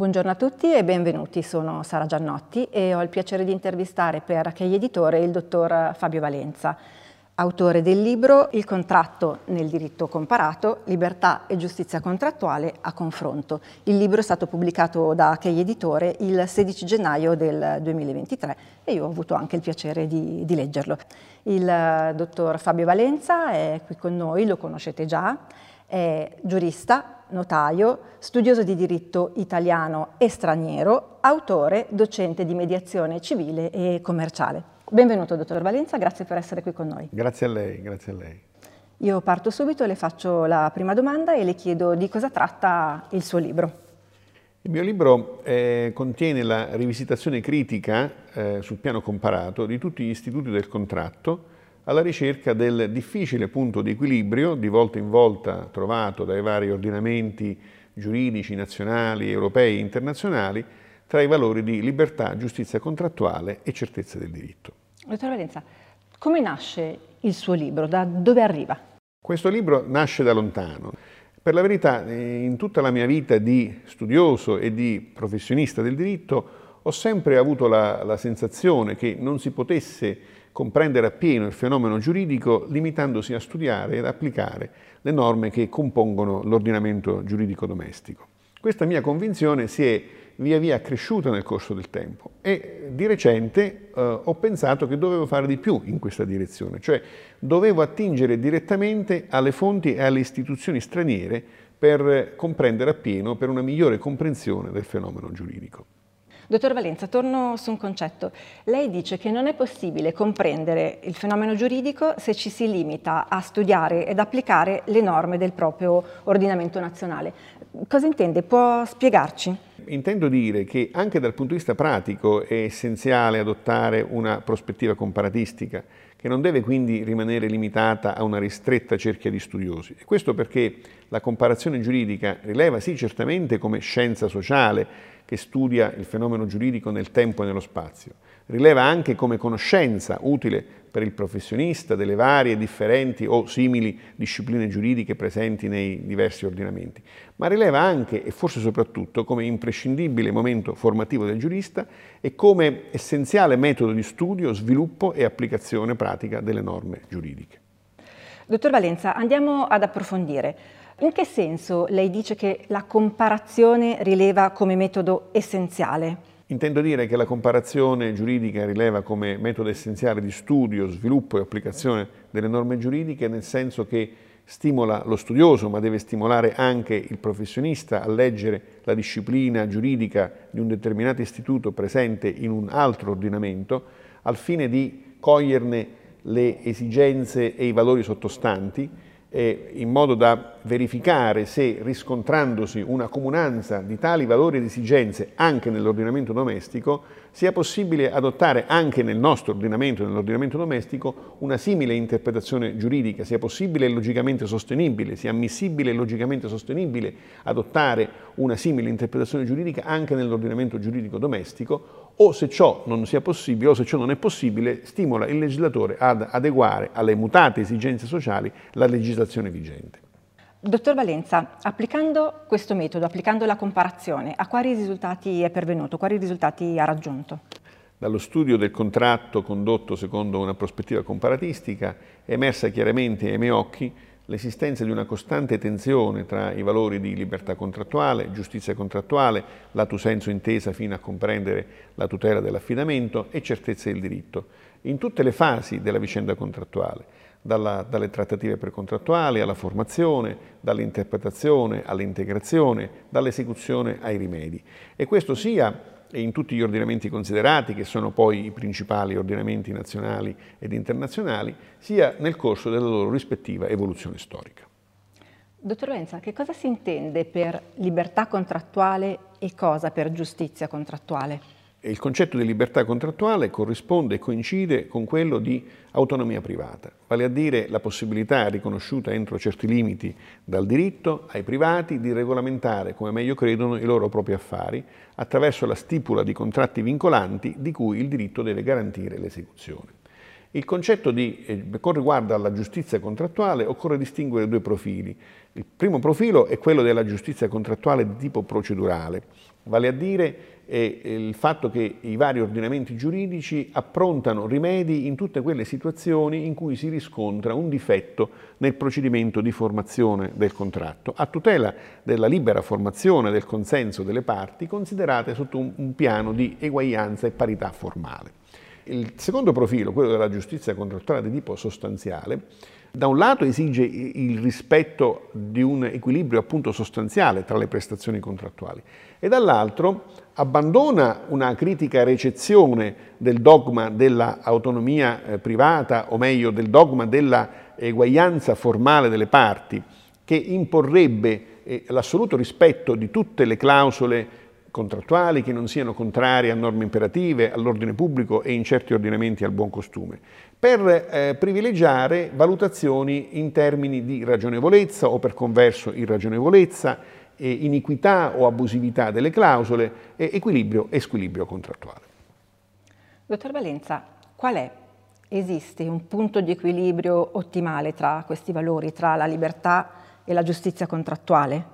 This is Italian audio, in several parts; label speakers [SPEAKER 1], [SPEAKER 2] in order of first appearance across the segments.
[SPEAKER 1] Buongiorno a tutti e benvenuti, sono Sara Giannotti e ho il piacere di intervistare per Key Editore il dottor Fabio Valenza, autore del libro Il contratto nel diritto comparato, libertà e giustizia contrattuale a confronto. Il libro è stato pubblicato da Key Editore il 16 gennaio del 2023 e io ho avuto anche il piacere di leggerlo. Il dottor Fabio Valenza è qui con noi, lo conoscete già, è giurista, notaio, studioso di diritto italiano e straniero, autore, docente di mediazione civile e commerciale. Benvenuto dottor Valenza, grazie per essere qui con noi.
[SPEAKER 2] Grazie a lei, grazie a lei.
[SPEAKER 1] Io parto subito, le faccio la prima domanda e le chiedo di cosa tratta il suo libro.
[SPEAKER 2] Il mio libro contiene la rivisitazione critica sul piano comparato di tutti gli istituti del contratto alla ricerca del difficile punto di equilibrio di volta in volta trovato dai vari ordinamenti giuridici nazionali, europei e internazionali tra i valori di libertà, giustizia contrattuale e certezza del diritto.
[SPEAKER 1] Dottor Valenza, come nasce il suo libro? Da dove arriva?
[SPEAKER 2] Questo libro nasce da lontano. Per la verità, in tutta la mia vita di studioso e di professionista del diritto ho sempre avuto la sensazione che non si potesse comprendere appieno il fenomeno giuridico limitandosi a studiare ed applicare le norme che compongono l'ordinamento giuridico domestico. Questa mia convinzione si è via via cresciuta nel corso del tempo e di recente ho pensato che dovevo fare di più in questa direzione, cioè dovevo attingere direttamente alle fonti e alle istituzioni straniere per comprendere appieno, per una migliore comprensione del fenomeno giuridico.
[SPEAKER 1] Dottor Valenza, torno su un concetto. Lei dice che non è possibile comprendere il fenomeno giuridico se ci si limita a studiare ed applicare le norme del proprio ordinamento nazionale. Cosa intende? Può spiegarci?
[SPEAKER 2] Intendo dire che anche dal punto di vista pratico è essenziale adottare una prospettiva comparatistica che non deve quindi rimanere limitata a una ristretta cerchia di studiosi. E questo perché la comparazione giuridica rileva sì certamente come scienza sociale che studia il fenomeno giuridico nel tempo e nello spazio, rileva anche come conoscenza utile per il professionista delle varie, differenti o simili discipline giuridiche presenti nei diversi ordinamenti, ma rileva anche e forse soprattutto come imprescindibile momento formativo del giurista e come essenziale metodo di studio, sviluppo e applicazione pratica delle norme giuridiche.
[SPEAKER 1] Dottor Valenza, andiamo ad approfondire. In che senso lei dice che la comparazione rileva come metodo essenziale?
[SPEAKER 2] Intendo dire che la comparazione giuridica rileva come metodo essenziale di studio, sviluppo e applicazione delle norme giuridiche, nel senso che stimola lo studioso, ma deve stimolare anche il professionista a leggere la disciplina giuridica di un determinato istituto presente in un altro ordinamento, al fine di coglierne le esigenze e i valori sottostanti, in modo da verificare se, riscontrandosi una comunanza di tali valori ed esigenze anche nell'ordinamento domestico, sia possibile adottare anche nel nostro ordinamento, nell'ordinamento domestico, una simile interpretazione giuridica, sia possibile e logicamente sostenibile, sia ammissibile e logicamente sostenibile adottare una simile interpretazione giuridica anche nell'ordinamento giuridico domestico, o se ciò non sia possibile, o se ciò non è possibile, stimola il legislatore ad adeguare alle mutate esigenze sociali la legislazione vigente.
[SPEAKER 1] Dottor Valenza, applicando questo metodo, applicando la comparazione, a quali risultati è pervenuto, quali risultati ha raggiunto?
[SPEAKER 2] Dallo studio del contratto condotto secondo una prospettiva comparatistica è emersa chiaramente ai miei occhi l'esistenza di una costante tensione tra i valori di libertà contrattuale, giustizia contrattuale, lato sensu intesa fino a comprendere la tutela dell'affidamento e certezza del diritto, in tutte le fasi della vicenda contrattuale, dalle trattative precontrattuali alla formazione, dall'interpretazione all'integrazione, dall'esecuzione ai rimedi. E questo sia in tutti gli ordinamenti considerati, che sono poi i principali ordinamenti nazionali ed internazionali, sia nel corso della loro rispettiva evoluzione storica.
[SPEAKER 1] Dottor Valenza, che cosa si intende per libertà contrattuale e cosa per giustizia contrattuale?
[SPEAKER 2] Il concetto di libertà contrattuale corrisponde e coincide con quello di autonomia privata, vale a dire la possibilità riconosciuta entro certi limiti dal diritto ai privati di regolamentare come meglio credono i loro propri affari attraverso la stipula di contratti vincolanti di cui il diritto deve garantire l'esecuzione. Il concetto con riguardo alla giustizia contrattuale occorre distinguere due profili. Il primo profilo è quello della giustizia contrattuale di tipo procedurale, vale a dire il fatto che i vari ordinamenti giuridici approntano rimedi in tutte quelle situazioni in cui si riscontra un difetto nel procedimento di formazione del contratto, a tutela della libera formazione del consenso delle parti, considerate sotto un piano di eguaglianza e parità formale. Il secondo profilo, quello della giustizia contrattuale di tipo sostanziale, da un lato esige il rispetto di un equilibrio appunto sostanziale tra le prestazioni contrattuali e dall'altro abbandona una critica recezione del dogma dell'autonomia privata, o meglio del dogma della eguaglianza formale delle parti, che imporrebbe l'assoluto rispetto di tutte le clausole contrattuali che non siano contrarie a norme imperative, all'ordine pubblico e in certi ordinamenti al buon costume, per privilegiare valutazioni in termini di ragionevolezza o per converso irragionevolezza, iniquità o abusività delle clausole, equilibrio e squilibrio contrattuale.
[SPEAKER 1] Dottor Valenza, qual è? Esiste un punto di equilibrio ottimale tra questi valori, tra la libertà e la giustizia contrattuale?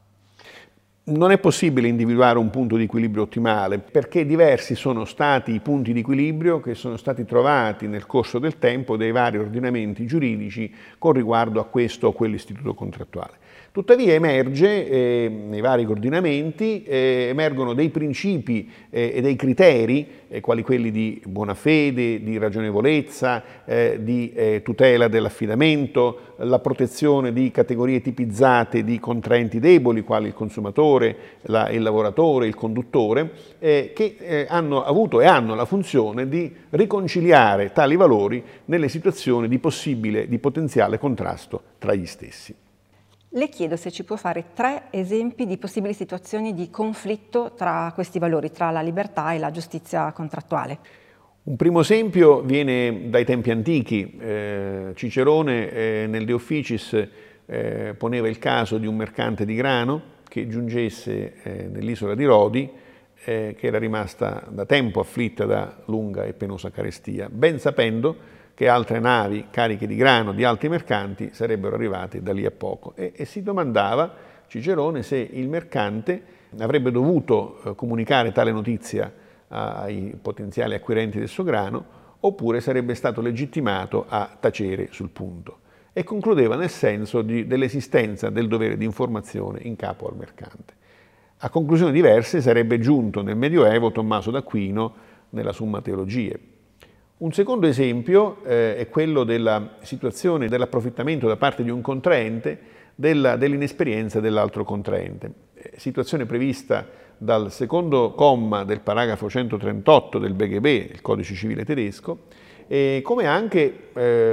[SPEAKER 2] Non è possibile individuare un punto di equilibrio ottimale perché diversi sono stati i punti di equilibrio che sono stati trovati nel corso del tempo dai vari ordinamenti giuridici con riguardo a questo o quell'istituto contrattuale. Tuttavia emerge nei vari ordinamenti, emergono dei principi e dei criteri, quali quelli di buona fede, di ragionevolezza, di tutela dell'affidamento, la protezione di categorie tipizzate di contraenti deboli, quali il consumatore, il lavoratore, il conduttore, che hanno avuto e hanno la funzione di riconciliare tali valori nelle situazioni di potenziale contrasto tra gli stessi.
[SPEAKER 1] Le chiedo se ci può fare 3 esempi di possibili situazioni di conflitto tra questi valori, tra la libertà e la giustizia contrattuale.
[SPEAKER 2] Un primo esempio viene dai tempi antichi. Cicerone nel De Officis poneva il caso di un mercante di grano che giungesse nell'isola di Rodi, che era rimasta da tempo afflitta da lunga e penosa carestia, ben sapendo che altre navi cariche di grano di altri mercanti sarebbero arrivate da lì a poco e si domandava Cicerone se il mercante avrebbe dovuto comunicare tale notizia ai potenziali acquirenti del suo grano oppure sarebbe stato legittimato a tacere sul punto e concludeva nel senso dell'esistenza del dovere di informazione in capo al mercante. A conclusioni diverse sarebbe giunto nel Medioevo Tommaso d'Aquino nella Summa Theologiae. Un secondo esempio è quello della situazione dell'approfittamento da parte di un contraente dell'inesperienza dell'altro contraente. Situazione prevista dal secondo comma del paragrafo 138 del BGB, il Codice Civile tedesco, come anche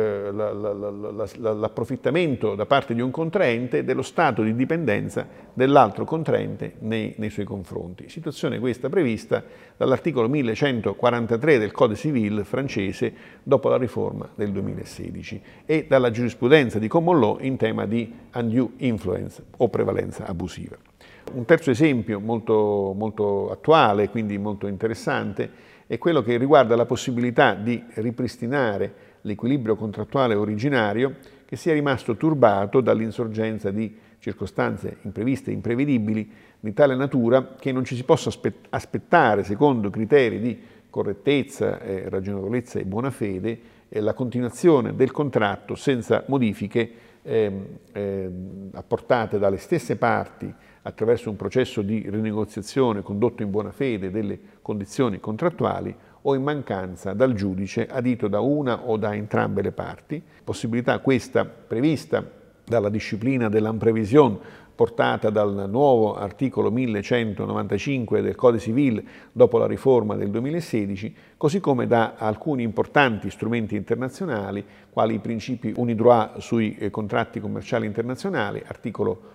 [SPEAKER 2] l'approfittamento da parte di un contraente dello stato di dipendenza dell'altro contraente nei suoi confronti. Situazione questa prevista dall'articolo 1143 del Codice Civile francese dopo la riforma del 2016 e dalla giurisprudenza di common law in tema di undue influence o prevalenza abusiva. Un terzo esempio molto attuale, quindi molto interessante, è quello che riguarda la possibilità di ripristinare l'equilibrio contrattuale originario che sia rimasto turbato dall'insorgenza di circostanze impreviste e imprevedibili di tale natura che non ci si possa aspettare, secondo criteri di correttezza, ragionevolezza e buona fede, la continuazione del contratto senza modifiche apportate dalle stesse parti attraverso un processo di rinegoziazione condotto in buona fede delle condizioni contrattuali o in mancanza dal giudice adito da una o da entrambe le parti, possibilità questa prevista dalla disciplina dell'imprevision portata dal nuovo articolo 1195 del Codice Civile dopo la riforma del 2016, così come da alcuni importanti strumenti internazionali, quali i principi UNIDROIT sui contratti commerciali internazionali, articolo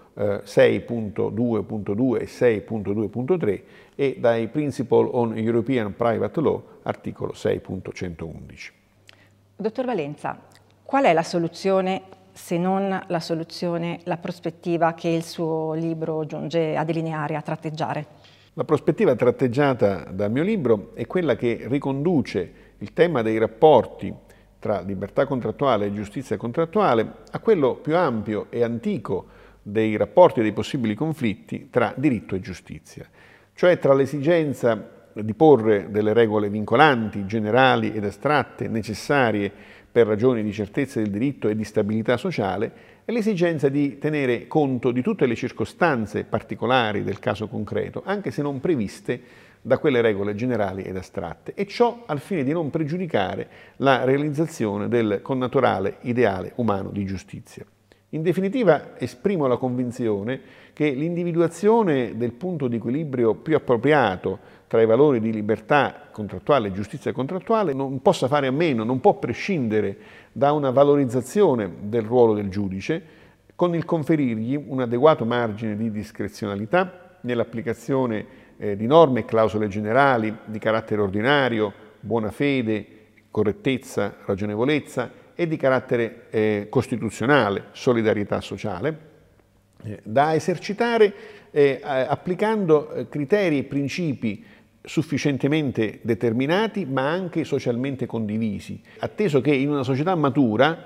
[SPEAKER 2] 6.2.2 e 6.2.3 e dai Principle on European Private Law, articolo 6.111.
[SPEAKER 1] Dottor Valenza, qual è la soluzione, se non la soluzione, la prospettiva che il suo libro giunge a delineare, a tratteggiare?
[SPEAKER 2] La prospettiva tratteggiata dal mio libro è quella che riconduce il tema dei rapporti tra libertà contrattuale e giustizia contrattuale a quello più ampio e antico dei rapporti e dei possibili conflitti tra diritto e giustizia, cioè tra l'esigenza di porre delle regole vincolanti, generali ed astratte, necessarie per ragioni di certezza del diritto e di stabilità sociale, e l'esigenza di tenere conto di tutte le circostanze particolari del caso concreto, anche se non previste da quelle regole generali ed astratte, e ciò al fine di non pregiudicare la realizzazione del connaturale ideale umano di giustizia. In definitiva, esprimo la convinzione che l'individuazione del punto di equilibrio più appropriato tra i valori di libertà contrattuale e giustizia contrattuale non possa fare a meno, non può prescindere da una valorizzazione del ruolo del giudice, con il conferirgli un adeguato margine di discrezionalità nell'applicazione di norme e clausole generali di carattere ordinario, buona fede, correttezza, ragionevolezza e di carattere costituzionale, solidarietà sociale, da esercitare applicando criteri e principi sufficientemente determinati ma anche socialmente condivisi, atteso che in una società matura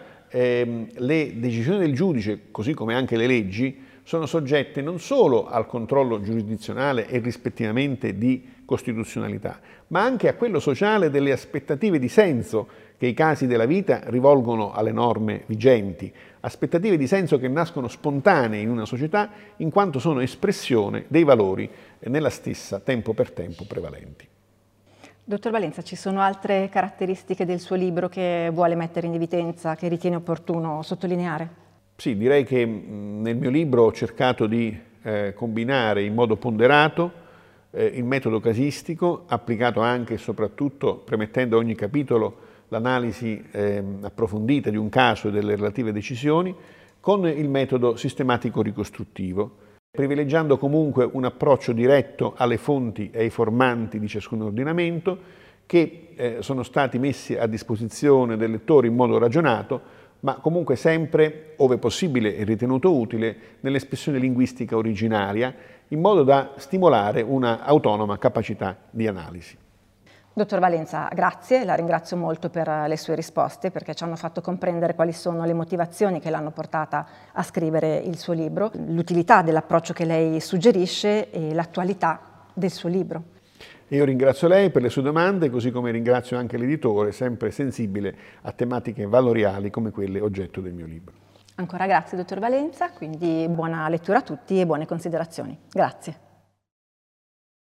[SPEAKER 2] le decisioni del giudice, così come anche le leggi, sono soggette non solo al controllo giurisdizionale e rispettivamente di costituzionalità, ma anche a quello sociale delle aspettative di senso che i casi della vita rivolgono alle norme vigenti, aspettative di senso che nascono spontanee in una società in quanto sono espressione dei valori nella stessa tempo per tempo prevalenti.
[SPEAKER 1] Dottor Valenza, ci sono altre caratteristiche del suo libro che vuole mettere in evidenza, che ritiene opportuno sottolineare?
[SPEAKER 2] Sì, direi che nel mio libro ho cercato di combinare in modo ponderato il metodo casistico, applicato anche e soprattutto premettendo a ogni capitolo l'analisi approfondita di un caso e delle relative decisioni, con il metodo sistematico ricostruttivo, privilegiando comunque un approccio diretto alle fonti e ai formanti di ciascun ordinamento che sono stati messi a disposizione del lettore in modo ragionato, ma comunque sempre, ove possibile e ritenuto utile, nell'espressione linguistica originaria, in modo da stimolare una autonoma capacità di analisi.
[SPEAKER 1] Dottor Valenza, grazie, la ringrazio molto per le sue risposte, perché ci hanno fatto comprendere quali sono le motivazioni che l'hanno portata a scrivere il suo libro, l'utilità dell'approccio che lei suggerisce e l'attualità del suo libro.
[SPEAKER 2] Io ringrazio lei per le sue domande, così come ringrazio anche l'editore, sempre sensibile a tematiche valoriali come quelle oggetto del mio libro.
[SPEAKER 1] Ancora grazie, dottor Valenza, quindi buona lettura a tutti e buone considerazioni. Grazie.